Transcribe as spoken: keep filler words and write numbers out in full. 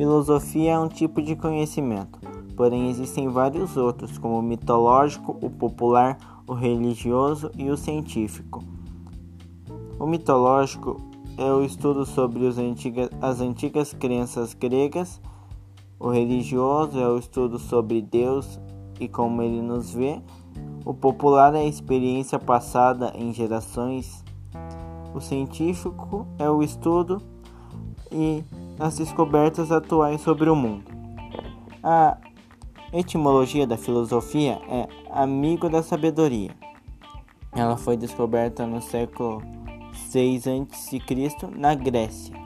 Filosofia é um tipo de conhecimento, porém existem vários outros, como o mitológico, o popular, o religioso e o científico. O mitológico é o estudo sobre os antiga, as antigas crenças gregas. O religioso é o estudo sobre Deus e como ele nos vê. O popular é a experiência passada em gerações. O científico é o estudo e as descobertas atuais sobre o mundo. A etimologia da filosofia é amigo da sabedoria. Ela foi descoberta no século seis antes de Cristo na Grécia.